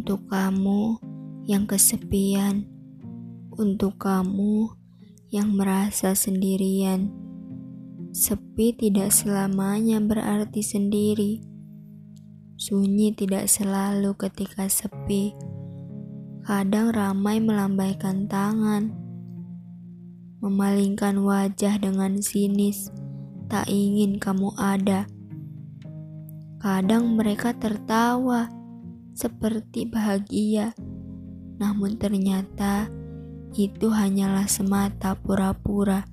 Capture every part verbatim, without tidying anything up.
Untuk kamu yang kesepian, untuk kamu yang merasa sendirian. Sepi tidak selamanya berarti sendiri. Sunyi tidak selalu ketika sepi. Kadang ramai melambaikan tangan, memalingkan wajah dengan sinis, tak ingin kamu ada. Kadang mereka tertawa seperti bahagia, namun ternyata itu hanyalah semata pura-pura.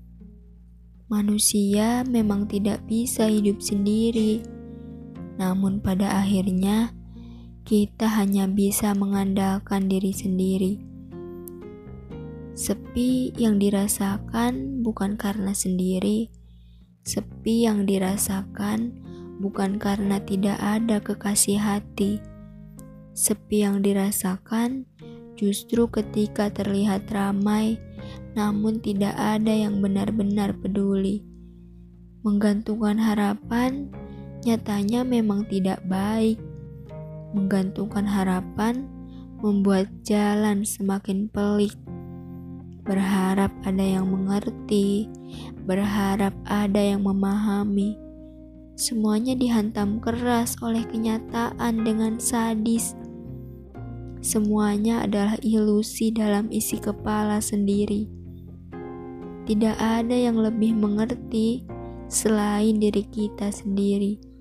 Manusia memang tidak bisa hidup sendiri, namun pada akhirnya kita hanya bisa mengandalkan diri sendiri. Sepi yang dirasakan bukan karena sendiri, sepi yang dirasakan bukan karena tidak ada kekasih hati. Sepi yang dirasakan justru ketika terlihat ramai, namun tidak ada yang benar-benar peduli. Menggantungkan harapan nyatanya memang tidak baik. Menggantungkan harapan membuat jalan semakin pelik. Berharap ada yang mengerti, berharap ada yang memahami. Semuanya dihantam keras oleh kenyataan dengan sadis. Semuanya adalah ilusi dalam isi kepala sendiri. Tidak ada yang lebih mengerti selain diri kita sendiri.